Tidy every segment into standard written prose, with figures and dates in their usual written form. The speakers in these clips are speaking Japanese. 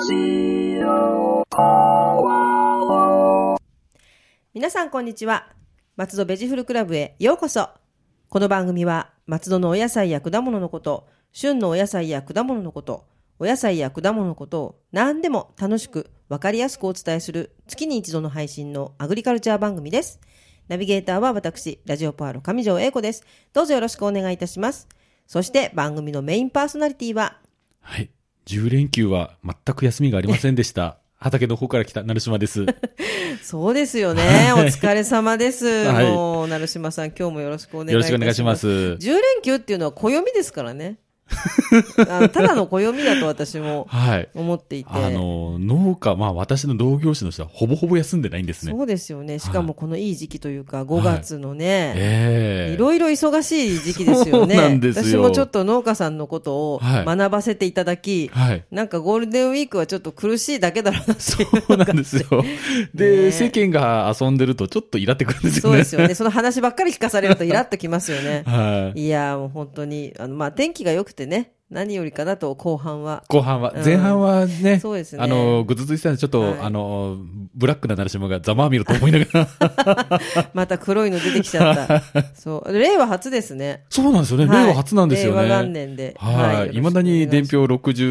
皆さんこんにちは。松戸ベジフルクラブへようこそ。この番組は松戸のお野菜や果物のこと、旬のお野菜や果物のこと、お野菜や果物のことを何でも楽しくわかりやすくお伝えする月に一度の配信のアグリカルチャー番組です。ナビゲーターは私、ラジオパール上条英子です。どうぞよろしくお願いいたします。そして番組のメインパーソナリティは、 はい、10連休は全く休みがありませんでした。畑の方から来た成島です。 そうですよね。お疲れ様です。 はい、 もう成島さん、今日もよろしくお願いいたします。 よろしくお願いします。 10連休っていうのは暦ですからね。ただの暦だと私も思っていて、 はい、農家、私の同業種の人はほぼほぼ休んでないんですね。 そうですよね。しかもこのいい時期というか、5月のね、いろいろ忙しい時期ですよね。 そうなんですよ。 私もちょっと農家さんのことを学ばせていただき、なんかゴールデンウィークはちょっと苦しいだけだろうなっていうのが。 そうなんですよ。で、世間が遊んでるとちょっとイラってくるんですよね。 そうですよね。その話ばっかり聞かされるとイラっときますよね。いや、もう本当に、天気が良くてね、何よりかなと、後半は。 前半はね、 そうですね。 ぐずついてたんで、ちょっと、ブラックな成島がざまあみろと思いながら。 また黒いの出てきちゃった。そう。令和初ですね。 そうなんですよね。令和初なんですよね。 令和元年で。 はい。未だに伝票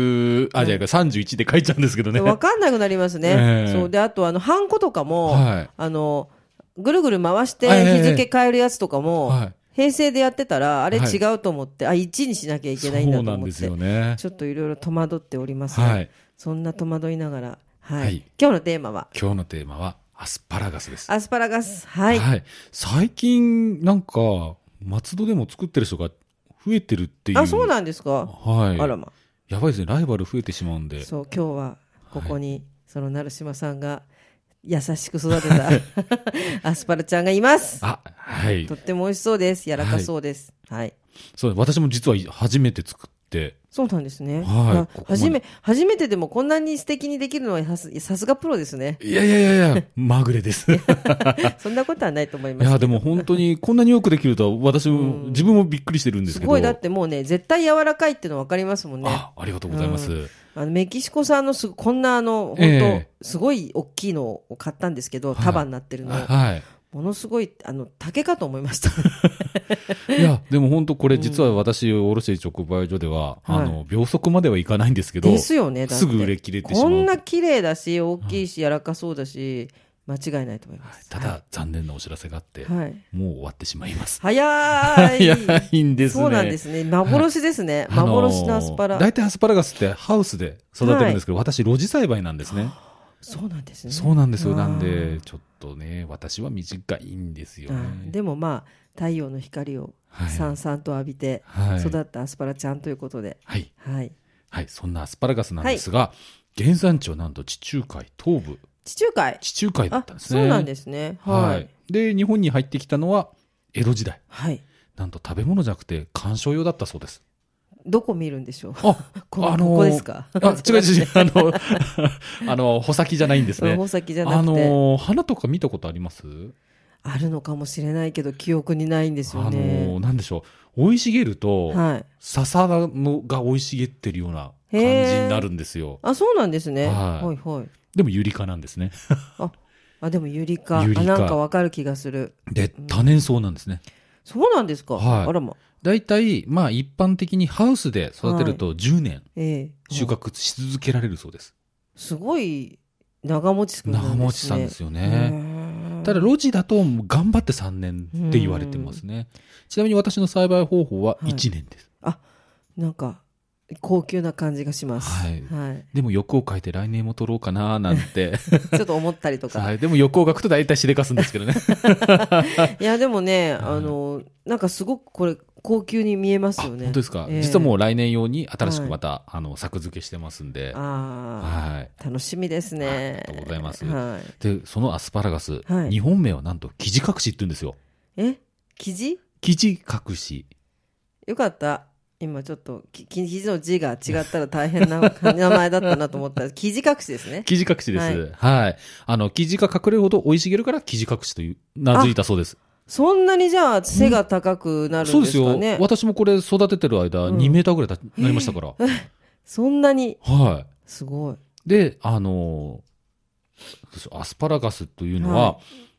60、31で書いちゃうんですけどね。 わかんなくなりますね。そう。で、あと、ハンコとかも、ぐるぐる回して日付変えるやつとかも、平成でやってたら、あれ違うと思って、1にしなきゃいけないんだと思って。そうなんですよね。ちょっといろいろ戸惑っておりますね。そんな戸惑いながら、今日のテーマはアスパラガスです。 アスパラガス。はい。 最近、なんか、松戸でも作ってる人が増えてるっていう。 あ、そうなんですか。 はい。 あらま。 やばいですね。ライバル増えてしまうんで。 そう、今日は、ここに、その成島さんが、優しく育てたアスパラちゃんがいます。 はい。 とっても美味しそうです。柔らかそうです。はい。 そう、私も実は初めて作って。 そうなんですね。 はい。 初めてでもこんなに素敵にできるのはさすがプロですね。 いや、まぐれです。 そんなことはないと思います。 いや、でも本当にこんなによくできるとは私も、自分もびっくりしてるんですけど。 すごい、だってもうね、絶対柔らかいっていうの分かりますもんね。 ありがとうございます。 メキシコ産のこんな本当、すごい大きいのを買ったんですけど、束になってるの。ものすごい、竹かと思いました。 いや、でも本当これ実は私、卸直売所では、秒速まではいかないんですけど。ですよね、すぐ売れ切れてしまう。 こんな綺麗だし、大きいし、柔らかそうだし、間違いないと思います。 ただ、残念なお知らせがあって、もう終わってしまいます。 早いんですね。 そうなんですね。幻ですね。幻のアスパラ。 大体アスパラガスってハウスで育てるんですけど、私、露地栽培なんですね。 そうなんですね。 そうなんですよ。なんで、ちょっとね、私は短いんですよね。 でも太陽の光をさんさんと浴びて育ったアスパラちゃんということで。 はい。そんなアスパラガスなんですが、原産地はなんと地中海東部。地中海だったんですね。 そうなんですね。 はい。で、日本に入ってきたのは江戸時代。 はい。 なんと食べ物じゃなくて観賞用だったそうです。 どこ見るんでしょう。ここですか。 違う。穂先じゃないんですね。 穂先じゃなくて。 花とか見たことあります？ あるのかもしれないけど、記憶にないんですよね。 なんでしょう。生い茂ると、笹が生い茂ってるような感じになるんですよ。 そうなんですね。 でもユリ科なんですね。 でもユリ科。なんかわかる気がする。 で、多年草なんですね。 そうなんですか。あらま。 だいたい、一般的にハウスで育てると10年、収穫し続けられるそうです。 すごい長持ちするんですね。 長持ちさんですよね。ただ、露地だと頑張って3年って言われてますね。ちなみに私の栽培方法は1年です。 なんか、高級な感じがします。 でも欲を書いて来年も取ろうかななんてちょっと思ったりとか。 でも欲を書くと大体しでかすんですけどね。 いやでもね、なんかすごくこれ高級に見えますよね。 本当ですか。実はもう来年用に新しくまた作付けしてますんで。 楽しみですね。 ありがとうございます。で、そのアスパラガス、日本名はなんと生地隠しって言うんですよ。 生地隠し。 よかった。今ちょっと生地の字が違ったら大変な名前だったなと思ったら生地隠しですね。 生地隠しです。生地が隠れるほど生い茂るから生地隠しという名付いたそうです。 そんなにじゃあ背が高くなるんですかね。 そうですよ。私もこれ育ててる間2メーターぐらいなりましたから。 そんなに。 はい。 すごい。 で、アスパラガスというのは、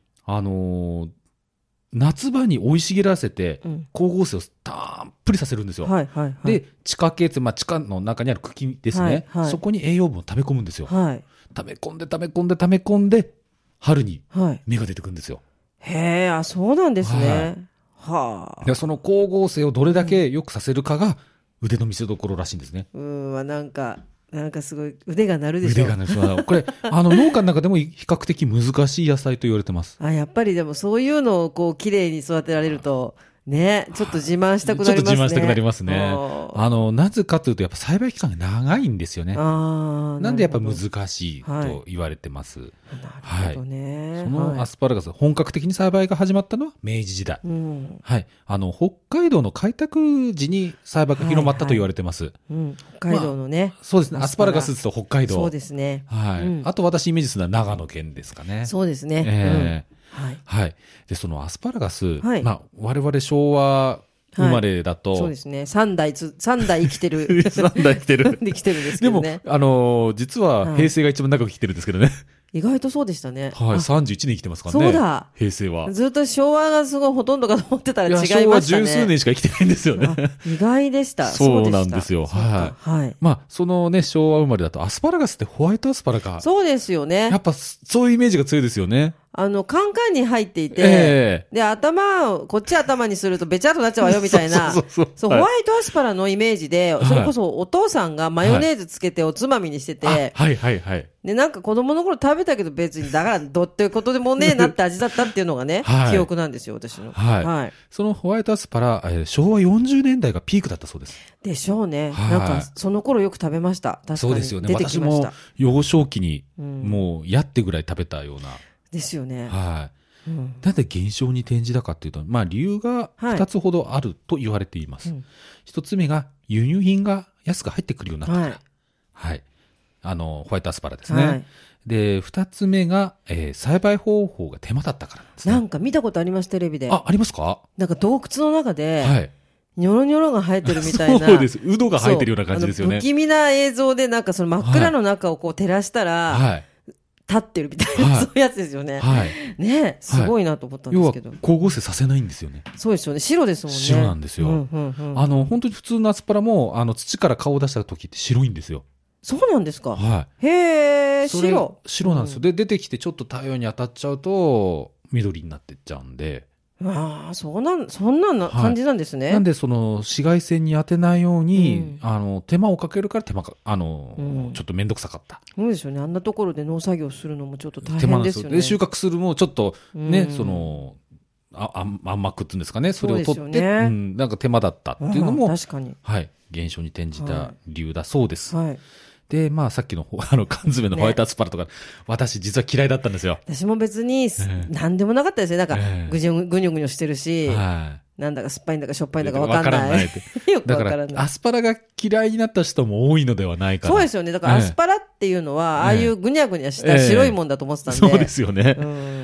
夏場に生い茂らせて、光合成をたっぷりさせるんですよ。で、地下系、地下の中にある茎ですね。そこに栄養分を溜め込むんですよ。溜め込んで、春に芽が出てくるんですよ。 へー、そうなんですね。 で、その光合成をどれだけ良くさせるかが腕の見せ所らしいんですね。 なんかすごい腕が鳴るでしょ。 腕が鳴る。これ、農家の中でも比較的難しい野菜と言われてます。 やっぱりでもそういうのをこう綺麗に育てられると、ね、ちょっと自慢したくなりますね。 ちょっと自慢したくなりますね。なぜかというと、やっぱ栽培期間が長いんですよね。なんでやっぱ難しいと言われてます。なるほどね。そのアスパラガス、本格的に栽培が始まったのは明治時代。北海道の開拓時に栽培が広まったと言われてます。 北海道のね。 そうですね。アスパラガスと北海道。 そうですね。 あと私イメージするのは長野県ですかね。 そうですね。 で、そのアスパラガス、我々昭和生まれだと。 そうですね。3代生きてる。 3代生きてる。 生きてるんですけどね。 でも、実は平成が一番長く生きてるんですけどね。 意外とそうでしたね。 31年生きてますからね。 そうだ。 平成は。 ずっと昭和がすごいほとんどかと思ってたら違いましたね。 昭和十数年しか生きてないんですよね。 意外でした。 そうなんですよ。そのね、昭和生まれだとアスパラガスってホワイトアスパラが。 そうですよね。 やっぱそういうイメージが強いですよね。 カンカンに入っていて、で、こっち頭にするとべちゃっとなっちゃうわよみたいな、ホワイトアスパラのイメージで、それこそお父さんがマヨネーズつけておつまみにしてて、で、なんか子供の頃食べたけど別に、だからどっていうことでもねえなって味だったっていうのがね、記憶なんですよ、私の。 そのホワイトアスパラ、昭和40年代がピークだったそうです。 でしょうね。なんか、その頃よく食べました。確かに。 そうですよね。私も幼少期に、もう、やってぐらい食べたような。 ですよね。 なんで減少に転じたかっていうと、理由が2つほどあると言われています。1つ目が、輸入品が安く入ってくるようになったから。ホワイトアスパラですね。で、2つ目が、栽培方法が手間だったからですね。 なんか見たことあります、テレビで。 ありますか？ なんか洞窟の中で、ニョロニョロが生えてるみたいな。 そうです。ウドが生えてるような感じですよね。 不気味な映像で、なんかその真っ暗の中をこう照らしたら、立ってるみたいな、そういうやつですよね。ね、すごいなと思ったんですけど。 要は光合成させないんですよね。 そうですよね。白ですもんね。 白なんですよ。本当に普通のアスパラも、土から顔を出した時って白いんですよ。 そうなんですか。へー、白。 白なんですよ。で、出てきてちょっと太陽に当たっちゃうと、緑になってっちゃうんで。 そんな感じなんですね。 なんで、紫外線に当てないように、手間をかけるからちょっとめんどくさかった。 そうですよね。あんなところで農作業するのもちょっと大変ですよね。 で、収穫するのもちょっと、ね、甘くっていうんですかね、それを取って、なんか手間だったっていうのも、 確かに。 減少に転じた理由だそうです。で、さっきの、缶詰のホワイトアスパラとか、私実は嫌いだったんですよ。 私も別に、なんでもなかったですね。なんか、ぐにょぐにょしてるし、なんだか酸っぱいんだかしょっぱいんだかわかんない。よくわからない。 だから、アスパラが嫌いになった人も多いのではないかな。 そうですよね。だからアスパラっていうのは、ああいうぐにゃぐにゃした白いもんだと思ってたんで。 そうですよね。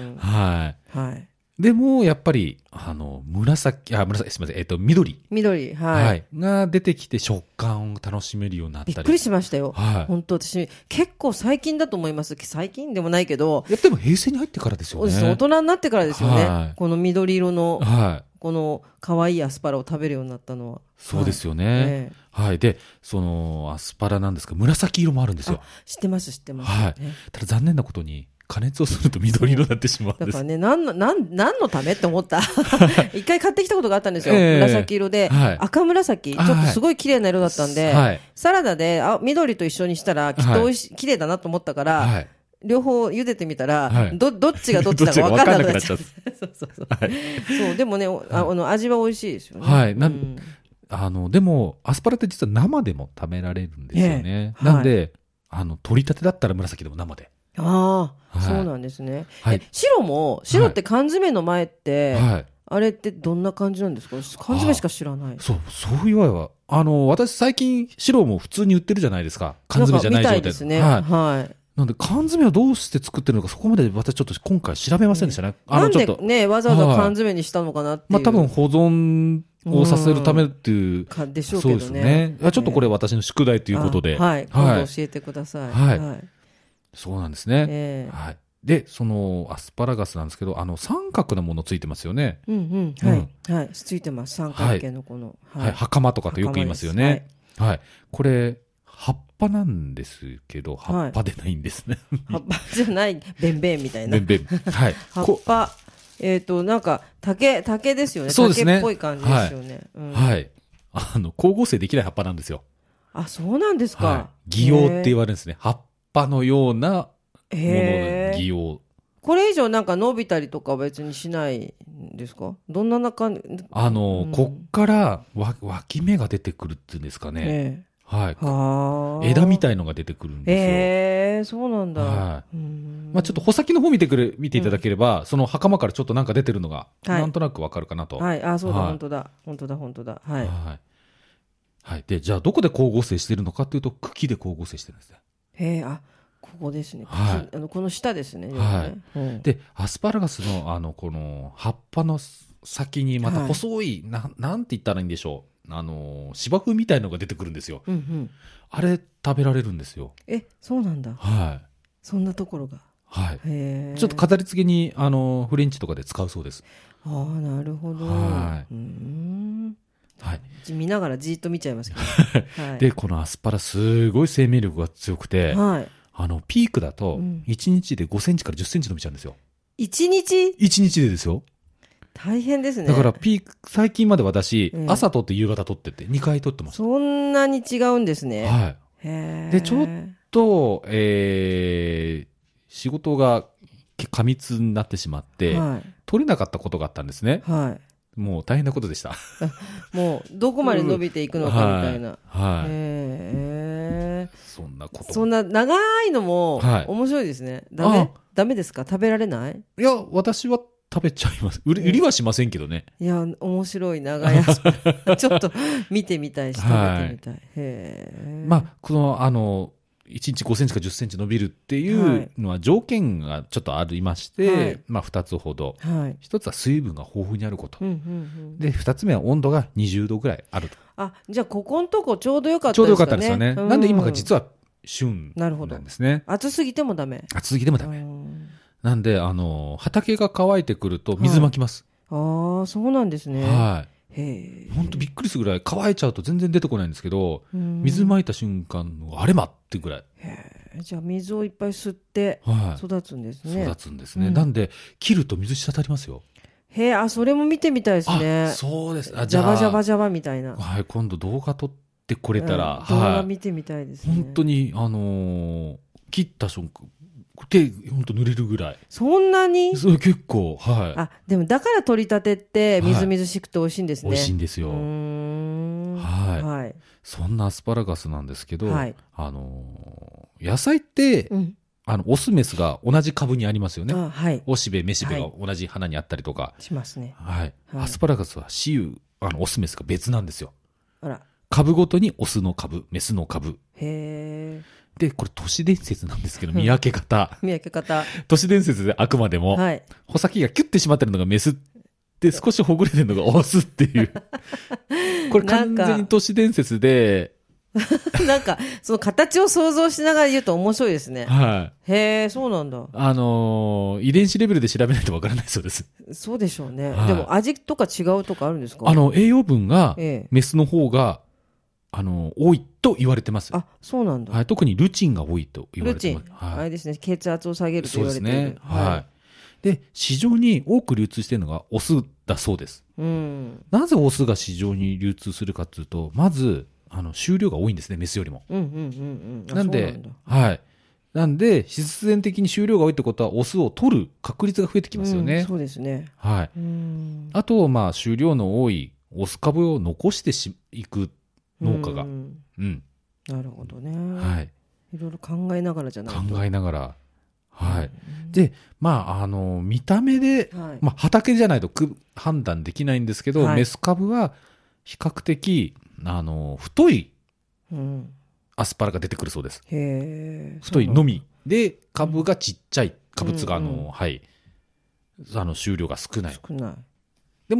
でも、やっぱり、紫、すみません、緑。 緑、 が出てきて食感を楽しめるようになったり。 びっくりしましたよ。本当私、結構最近だと思います。最近でもないけど。 でも平成に入ってからですよね。 大人になってからですよね。この緑色の、この可愛いアスパラを食べるようになったのは。 そうですよね。で、アスパラなんですが、紫色もあるんですよ。 知ってます。 ただ残念なことに、加熱をすると緑色になってしまうんです。 だからね、何のためって思った。一回買ってきたことがあったんですよ。紫色で。赤紫。ちょっとすごい綺麗な色だったんで、サラダで緑と一緒にしたら、きっと綺麗だなと思ったから、両方茹でてみたら、どっちがどっちだか分からなくなっちゃう。そう、でもね、味は美味しいですよね。 でも、アスパラって実は生でも食べられるんですよね。なんで、取り立てだったら紫でも生で。 そうなんですね。白って缶詰の前って、あれってどんな感じなんですか？缶詰しか知らない。 そういうわけは、私最近白も普通に売ってるじゃないですか。缶詰じゃない状態。 みたいですね。 なんで缶詰はどうして作ってるのかそこまで私ちょっと今回調べませんでしたね。 なんでね、わざわざ缶詰にしたのかなっていう。 多分保存をさせるためっていう。 でしょうけどね。 そうですね。ちょっとこれ私の宿題ということで。 はい。今度教えてください。 はい。そうなんですね。はい。で、そのアスパラガスなんですけど、三角のものついてますよね。 はい。はい。ついてます。三角形のこの。 はい。袴とかとよく言いますよね。はい。これ、葉っぱなんですけど、葉っぱでないんですね。 葉っぱじゃない、べんべんみたいな。 べんべん。はい。 葉っぱ。なんか、竹ですよね。 そうですね。 竹っぽい感じですよね。 はい。光合成できない葉っぱなんですよ。 あ、そうなんですか。 擬葉って言われるんですね。葉っぱのようなものの擬葉。 これ以上なんか伸びたりとか別にしないんですか？どんな中こっから脇芽が出てくるっていうんですかね。はい。枝みたいのが出てくるんですよ。 そうなんだ。 はい。まあちょっと穂先の方見ていただければ、その袴からちょっとなんか出てるのが、なんとなくわかるかなと。 はい。あ、そうだ、本当だ。本当だ。はい。 はい。で、じゃあどこで光合成してるのかっていうと、茎で光合成してるんですね。 ここですね。 はい。 この下ですね。 はい。で、アスパラガスの、この葉っぱの先にまた細い、なんて言ったらいいんでしょう。芝生みたいのが出てくるんですよ。あれ食べられるんですよ。 そうなんだ。 はい。 そんなところが。 はい。ちょっと飾り付けに、フレンチとかで使うそうです。 なるほど。 はい。 はい。見ながらじっと見ちゃいますけど。で、このアスパラすごい生命力が強くて、ピークだと、1日で5センチから10センチ伸びちゃうんですよ。 1日 ?1 日でですよ。 大変ですね。 だから最近まで私、朝撮って夕方撮ってて、2回撮ってます。 そんなに違うんですね。 はい。で、ちょっと、仕事が過密になってしまって、撮れなかったことがあったんですね。もう大変なことでした。 もう、どこまで伸びていくのかみたいな。 そんなこと。 そんな長いのも、面白いですね。ダメですか？食べられない？ いや、私は食べちゃいます。売りはしませんけどね。 いや、面白い長いアスパラ。ちょっと見てみたいし、食べてみたい。 まあ、この、1日5センチか10センチ伸びるっていうのは条件がちょっとありまして、まあ2つほど。1つは水分が豊富にあること。で、2つ目は温度が20度ぐらいあると。 じゃあここのとこちょうどよかったですかね。 ちょうどよかったですよね。なんで今が実は旬なんですね。 暑すぎてもダメ。 暑すぎてもダメ。なんで、畑が乾いてくると水まきます。 そうなんですね。 はい。本当びっくりするぐらい乾いちゃうと全然出てこないんですけど、水まいた瞬間のあれまってぐらい。 じゃあ水をいっぱい吸って育つんですね。 育つんですね。なんで切ると水滴りますよ。 それも見てみたいですね。 そうです。 ジャバジャバジャバみたいな。 はい、今度動画撮ってこれたら、 動画見てみたいですね。 本当に切った瞬間手本当濡れるぐらい。 そんなに？ そう結構でもだから取り立てってみずみずしくて美味しいんですね。 美味しいんですよ。はい。そんなアスパラガスなんですけど、野菜って、オスメスが同じ株にありますよね。おしべ、めしべが同じ花にあったりとか。 しますね。 はい。アスパラガスは雌雄、オスメスが別なんですよ。株ごとにオスの株、メスの株。で、これ都市伝説なんですけど、見分け方。 見分け方。 都市伝説であくまでも、穂先がキュッて締まってるのがメスで、少しほぐれてるのがオスっていう。これ完全に都市伝説で、 なんか、その形を想像しながら言うと面白いですね。へえ、そうなんだ。 遺伝子レベルで調べないとわからないそうです。 そうでしょうね。でも味とか違うとかあるんですか？ 栄養分が、メスの方が、多いと言われてます。 そうなんだ。 特にルチンが多いと言われてます。 ルチン。あれですね。血圧を下げると言われてる。 そうですね。はい。で、市場に多く流通しているのがオスだそうです。なぜオスが市場に流通するかというと、まず、収量が多いんですね、メスよりも。なんで、はい。なんで、必然的に収量が多いってことは、オスを取る確率が増えてきますよね。 そうですね。 はい。あと、まあ、収量の多いオス株を残していく農家が。 なるほどね。 はい。 いろいろ考えながらじゃないと。 考えながら。はい。で、まあ、見た目で、まあ、畑じゃないと判断できないんですけど、メス株は、比較的、太いアスパラが出てくるそうです。太いのみで株がちっちゃい、株が収量が少ない。でも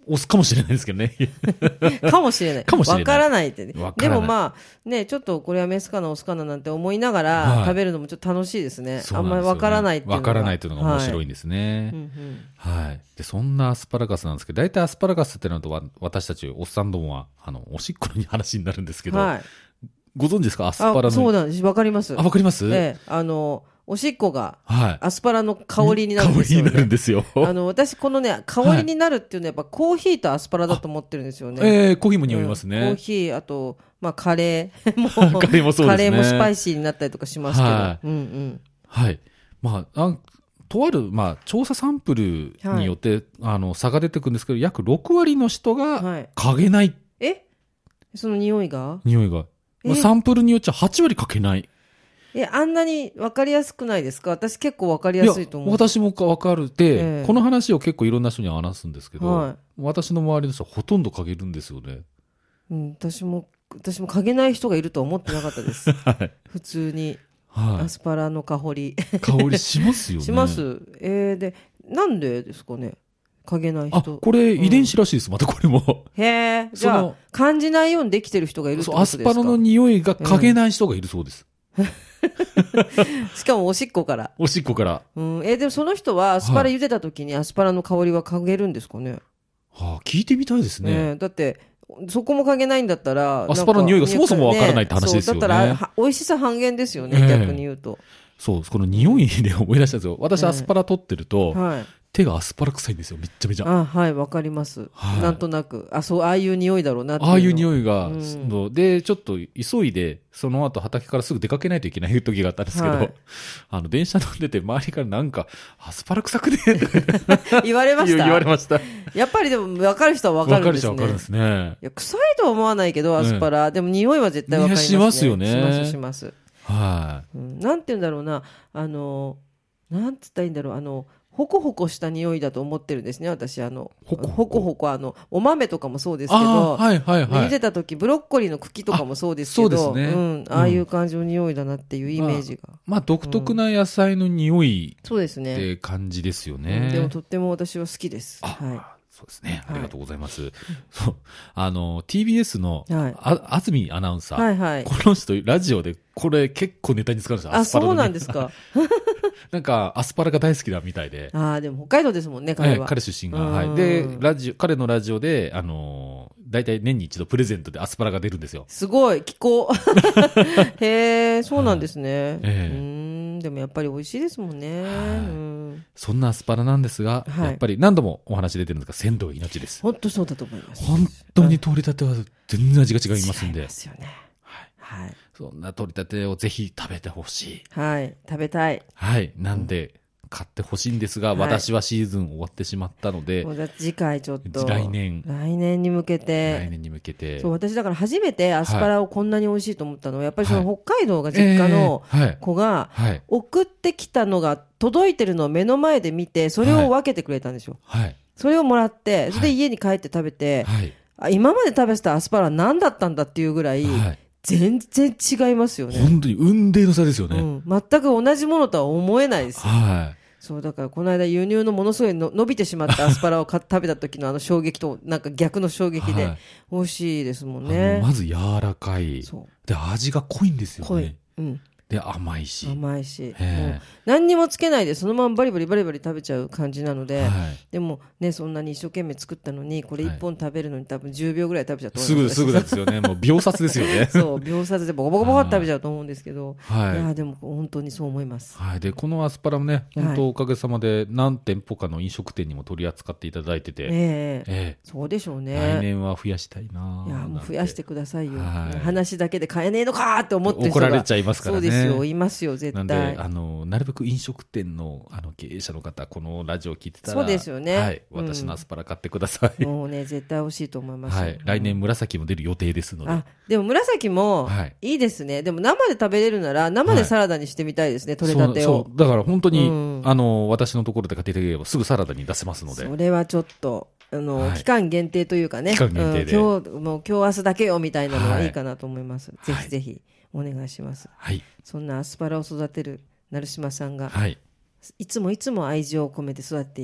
押すかもしれないですけどね。 かもしれない。 かもしれない。 わからないってね。でもまあ、ね、ちょっとこれはメスかな、オスかななんて思いながら食べるのもちょっと楽しいですね。あんまりわからないっていうのが。 わからないっていうのが面白いんですね。はい。で、そんなアスパラガスなんですけど、大体アスパラガスってなると、私たち、おっさんどもは、おしっこの話になるんですけど、ご存知ですか、アスパラの。 そうなんです。わかります。 わかります？ おしっこが、アスパラの香りになるんですよね。 香りになるんですよ。 私、このね、香りになるっていうのはやっぱコーヒーとアスパラだと思ってるんですよね。 コーヒーも匂いますね。 コーヒー、あと、まあ、カレーも、 カレーもそうですね。 カレーもスパイシーになったりとかしますけど。 はい。まあ、とある、まあ、調査サンプルによって、差が出てくるんですけど、約6割の人が嗅げない。 その匂いが？ まあ、サンプルによっちゃ8割嗅げない。 あんなに分かりやすくないですか？私結構分かりやすいと思う。 私も分かるで、この話を結構いろんな人に話すんですけど、私の周りの人はほとんど嗅げるんですよね。 私も嗅げない人がいるとは思ってなかったです。普通に。アスパラの香り。 香りしますよね。 します。で、なんでですかね？嗅げない人。 これ遺伝子らしいです、またこれも。 へえ。じゃあ、感じないようにできてる人がいるってことですか？ アスパラの匂いが嗅げない人がいるそうです。 しかもおしっこから。 おしっこから。 でもその人はアスパラ茹でた時にアスパラの香りは嗅げるんですかね？ 聞いてみたいですね。 だって、そこも嗅げないんだったら、 アスパラの匂いがそもそもわからないって話ですよね。 だったら、美味しさ半減ですよね、逆に言うと。 そう、この匂いで思い出したんですよ。私、アスパラ取ってると、手がアスパラ臭いんですよ、めっちゃめちゃ。 はい、わかります。なんとなく。ああいう匂いだろうなっていう。 ああいう匂いが、で、ちょっと急いで、その後畑からすぐ出かけないといけない時があったんですけど、電車乗ってて、周りからなんか、アスパラ臭くね言われました。 言われました。 やっぱりでも、分かる人は分かるんですね。 分かる人は分かるんですね。 いや、臭いとは思わないけど、アスパラ。でも匂いは絶対分かりますね。 しますよね。 します。 はい。 なんて言うんだろうな、なんつったらいいんだろう、ホコホコした匂いだと思ってるんですね、私。ホコホコ、お豆とかもそうですけど、茹でた時、ブロッコリーの茎とかもそうですけど、ああいう感じの匂いだなっていうイメージが。 まあ、独特な野菜の匂いって感じですよね。 でもとっても私は好きです。 そうですね。ありがとうございます。そう。TBS の、安住アナウンサー。この人、ラジオで、これ結構ネタに使うんですよ。アスパラの。 そうなんですか。 なんか、アスパラが大好きだみたいで。 でも北海道ですもんね、彼は。 彼出身が。はい。で、彼のラジオで、大体年に一度プレゼントでアスパラが出るんですよ。 すごい、気候。へえ、そうなんですね。でもやっぱり美味しいですもんね。 そんなアスパラなんですが、やっぱり何度もお話出てるんですが、鮮度が命です。 本当そうだと思います。 本当に取り立ては全然味が違いますんで。 違いますよね。はい。 そんな取り立てをぜひ食べてほしい。 はい。食べたい。 はい。なんで、買ってほしいんですが、私はシーズン終わってしまったので、 次回ちょっと来年に向けてそう、私だから初めてアスパラをこんなに美味しいと思ったのは、やっぱりその北海道が実家の子が送ってきたのが届いてるのを目の前で見て、それを分けてくれたんですよ。それをもらって、それで家に帰って食べて、今まで食べてたアスパラは何だったんだっていうぐらい、全然違いますよね。 本当に雲泥の差ですよね。 全く同じものとは思えないですよ。そう、だからこの間輸入のものすごい伸びてしまったアスパラを食べた時の衝撃となんか逆の衝撃で美味しいですもんね。 まず柔らかい。で、味が濃いんですよね。 濃い。 で、甘いし。 もう何にもつけないでそのままバリバリ食べちゃう感じなので、でもね、そんなに一生懸命作ったのに、これ1本食べるのに多分10秒ぐらい食べちゃうと思います。 すぐですよね。もう秒殺ですよね。 そう、秒殺でボコボコボコって食べちゃうと思うんですけど、いや、でも本当にそう思います。 で、このアスパラもね、本当おかげさまで何店舗かの飲食店にも取り扱っていただいてて、 そうでしょうね。 来年は増やしたいな。 いや、もう増やしてくださいよ。話だけで買えねえのかって思ってる人が怒られちゃいますからね。 そうですよ、いますよ、絶対。 なんで、なるべく飲食店の経営者の方、このラジオを聞いてたら、 そうですよね。 私のアスパラ買ってください。 もうね、絶対美味しいと思います。 来年紫も出る予定ですので。 でも紫もいいですね。でも生で食べれるなら、生でサラダにしてみたいですね、取れたてを。 だから本当に、私のところで買っていただければ、すぐサラダに出せますので。 それはちょっと、期間限定というかね、 期間限定で。 今日明日だけよみたいなのはいいかなと思います。ぜひぜひお願いします。そんなアスパラを育てる成島さんが、いつも愛情を込めて育てている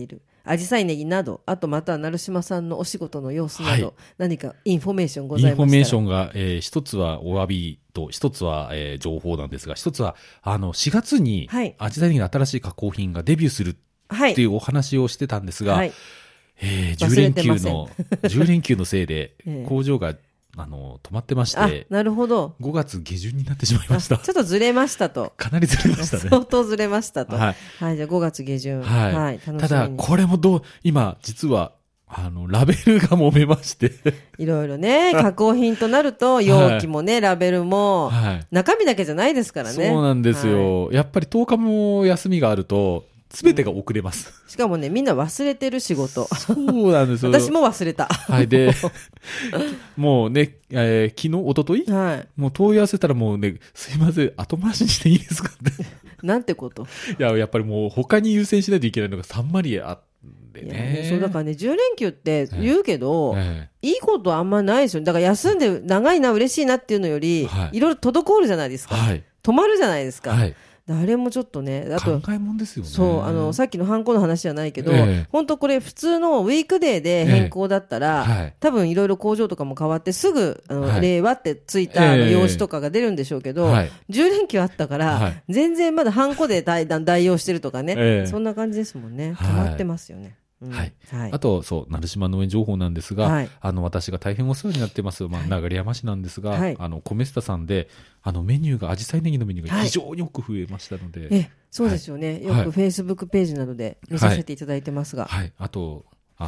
アジサイネギなど、あとまた成島さんのお仕事の様子など、何かインフォメーションございましたら。 インフォメーションが、一つはお詫びと、一つは、情報なんですが、一つは、4月に、アジサイネギの新しい加工品がデビューするっていうお話をしてたんですが、10連休のせいで、工場が止まってまして、 なるほど。 5月下旬になってしまいました。 ちょっとずれましたと。 かなりずれましたね。 相当ずれましたと。はい。じゃあ5月下旬。はい。 ただ、これも今、実は、ラベルが揉めまして。 いろいろね、加工品となると、容器もね、ラベルも、中身だけじゃないですからね。 そうなんですよ。やっぱり10日も休みがあると、すべてが遅れます、 しかもね、みんな忘れてる仕事。 そうなんですよ。 私も忘れた。 はい。で、もうね、昨日、一昨日もう問い合わせたらもうね、すいません、後回しにしていいですかって。 なんてこと。 いや、やっぱりもう他に優先しないといけないのが3割あってね。 そうだからね、10連休って言うけど、いいことあんまないですよ。だから休んで長いな、嬉しいなっていうのより、いろいろ滞るじゃないですか。止まるじゃないですか。あれもちょっとね、あと、 考えもんですよね。 そう、さっきのハンコの話じゃないけど、本当これ普通のウィークデーで変更だったら、多分いろいろ工場とかも変わってすぐ、令和ってついた用紙とかが出るんでしょうけど、10連休あったから、全然まだハンコで代用してるとかね、そんな感じですもんね。止まってますよね。 はい。あと、そう、成島農園情報なんですが、私が大変お世話になってます、流山市なんですが、コメスタさんで、メニューが、アジサイネギのメニューが非常に多く増えましたので。 そうですよね。よくフェイスブックページなどで見させていただいてますが。 あと、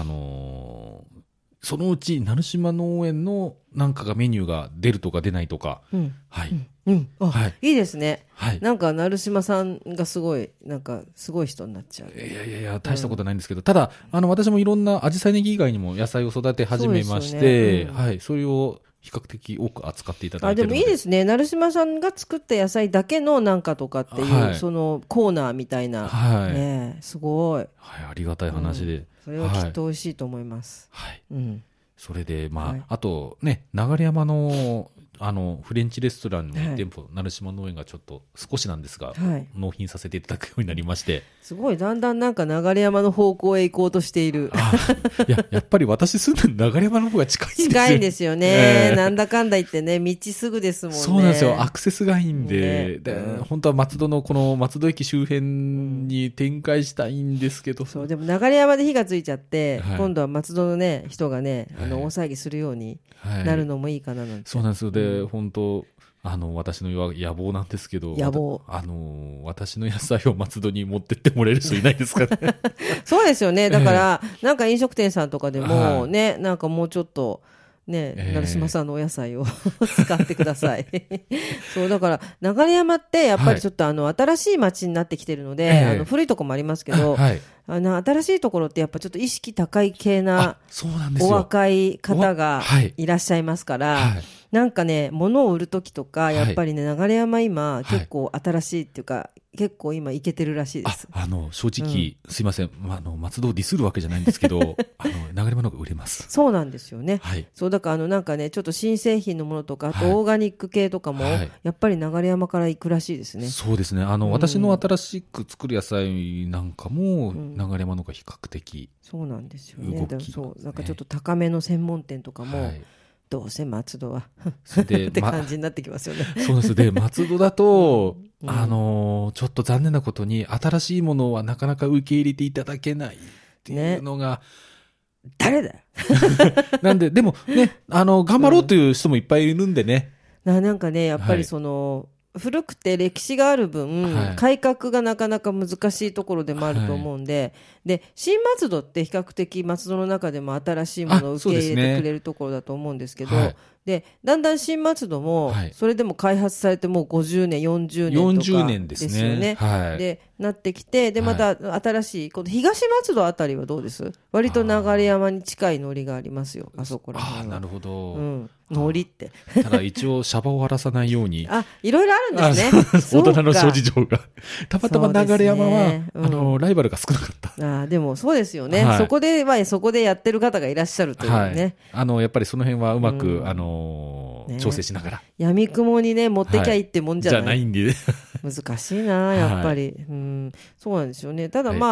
そのうち、成島農園のなんかがメニューが出るとか出ないとか。 いいですね。なんか、成島さんがすごい人になっちゃう。 いや、大したことないんですけど、ただ、私もいろんなアジサイネギ以外にも野菜を育て始めまして、それを比較的多く扱っていただいているので。 でもいいですね。成島さんが作った野菜だけのなんかとかっていう、そのコーナーみたいな。すごい。 ありがたい話で。 それはきっと美味しいと思います。 それで、あとね、流山の、フレンチレストランの店舗、成島農園がちょっと少しなんですが、納品させていただくようになりまして。 すごい、だんだんなんか流山の方向へ行こうとしている。 やっぱり私住んでる流山の方が近いんですよ。 近いんですよね。なんだかんだ言ってね、道すぐですもんね。 そうなんですよ。アクセスがいいんで、本当は松戸のこの松戸駅周辺に展開したいんですけど。 そう、でも流山で火がついちゃって、今度は松戸のね、人がね、大騒ぎするようになるのもいいかななんて。 そうなんですよ。本当、私の野望なんですけど、私の野菜を松戸に持ってってもらえる人いないですかね。 そうですよね。だから、なんか飲食店さんとかでも、ね、なんかもうちょっと、ね、成島さんのお野菜を使ってください。そう、だから、流山ってやっぱりちょっと新しい街になってきてるので、古いとこもありますけど、新しいところってやっぱちょっと意識高い系な、お若い方がいらっしゃいますから、なんかね、物を売るときとか、やっぱりね、流山今、結構新しいっていうか、結構今いけてるらしいです。 正直、すいません。松戸をディスるわけじゃないんですけど、流山の方が売れます。 そうなんですよね。そう、だからなんかね、ちょっと新製品のものとか、あとオーガニック系とかも、やっぱり流山から行くらしいですね。 そうですね。私の新しく作る野菜なんかも、流山の方が比較的。 そうなんですよね。そう、なんかちょっと高めの専門店とかも、どうせ松戸はって感じになってきますよね。 そうです。で、松戸だと、ちょっと残念なことに、新しいものはなかなか受け入れていただけないっていうのが、 誰だよ。 なんで、でもね、頑張ろうという人もいっぱいいるんでね。 なんかね、やっぱり古くて歴史がある分、改革がなかなか難しいところでもあると思うんで、で、新松戸って比較的松戸の中でも新しいものを受け入れてくれるところだと思うんですけど、で、だんだん新松戸も、それでも開発されてもう50年、40年とかですよね。で、なってきて、で、また新しい、この東松戸あたりはどうです？割と流山に近いノリがありますよ、あそこら辺は。 なるほど。 ノリって。 ただ一応、シャバを荒らさないように。 いろいろあるんですね。 大人の諸事情が。たまたま流山は、ライバルが少なかった。 でもそうですよね。そこでやってる方がいらっしゃるというね。 やっぱりその辺はうまく、調整しながら。 闇雲にね、持ってきゃいいってもんじゃない。 じゃないんで。 難しいな、やっぱり。そうなんですよね。ただ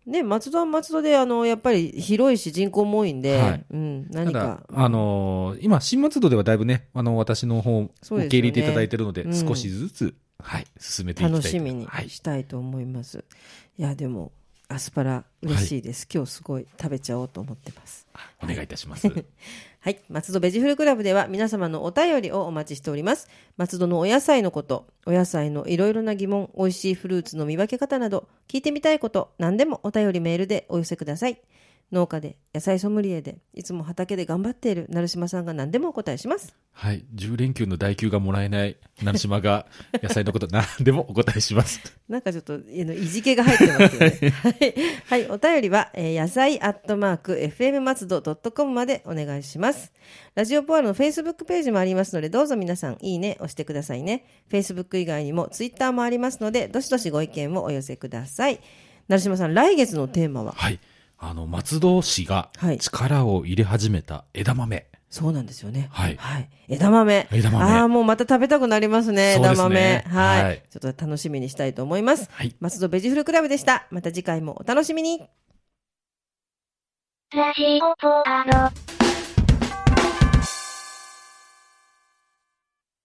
ね、松戸は松戸で、やっぱり広いし人口も多いんで、 はい、 うん、何か。 今、新松戸ではだいぶね、私の方、受け入れていただいているので、少しずつ、はい、進めていきたいと。 楽しみにしたいと思います。いや、でも、アスパラ嬉しいです、今日すごい食べちゃおうと思ってます。 お願いいたします。 はい、松戸ベジフルクラブでは皆様のお便りをお待ちしております。松戸のお野菜のこと、お野菜のいろいろな疑問、美味しいフルーツの見分け方など、聞いてみたいこと、何でもお便りメールでお寄せください。農家で野菜ソムリエでいつも畑で頑張っている成島さんが何でもお答えします。 はい、10連休の代休がもらえない成島が野菜のこと何でもお答えします。 なんかちょっといじけが入ってますよね。はい、はい、お便りは、野菜@fm松戸.com までお願いします。ラジオポアロの Facebook ページもありますので、どうぞ皆さんいいね押してくださいね。Facebook 以外にも Twitter もありますので、どしどしご意見をお寄せください。成島さん、来月のテーマは？ はい、松戸市が力を入れ始めた枝豆。 そうなんですよね。 はい。 はい。枝豆。ああ、もうまた食べたくなりますね。枝豆。はい。はい、ちょっと楽しみにしたいと思います。はい。松戸ベジフルクラブでした。また次回もお楽しみに。ラジオポアロ。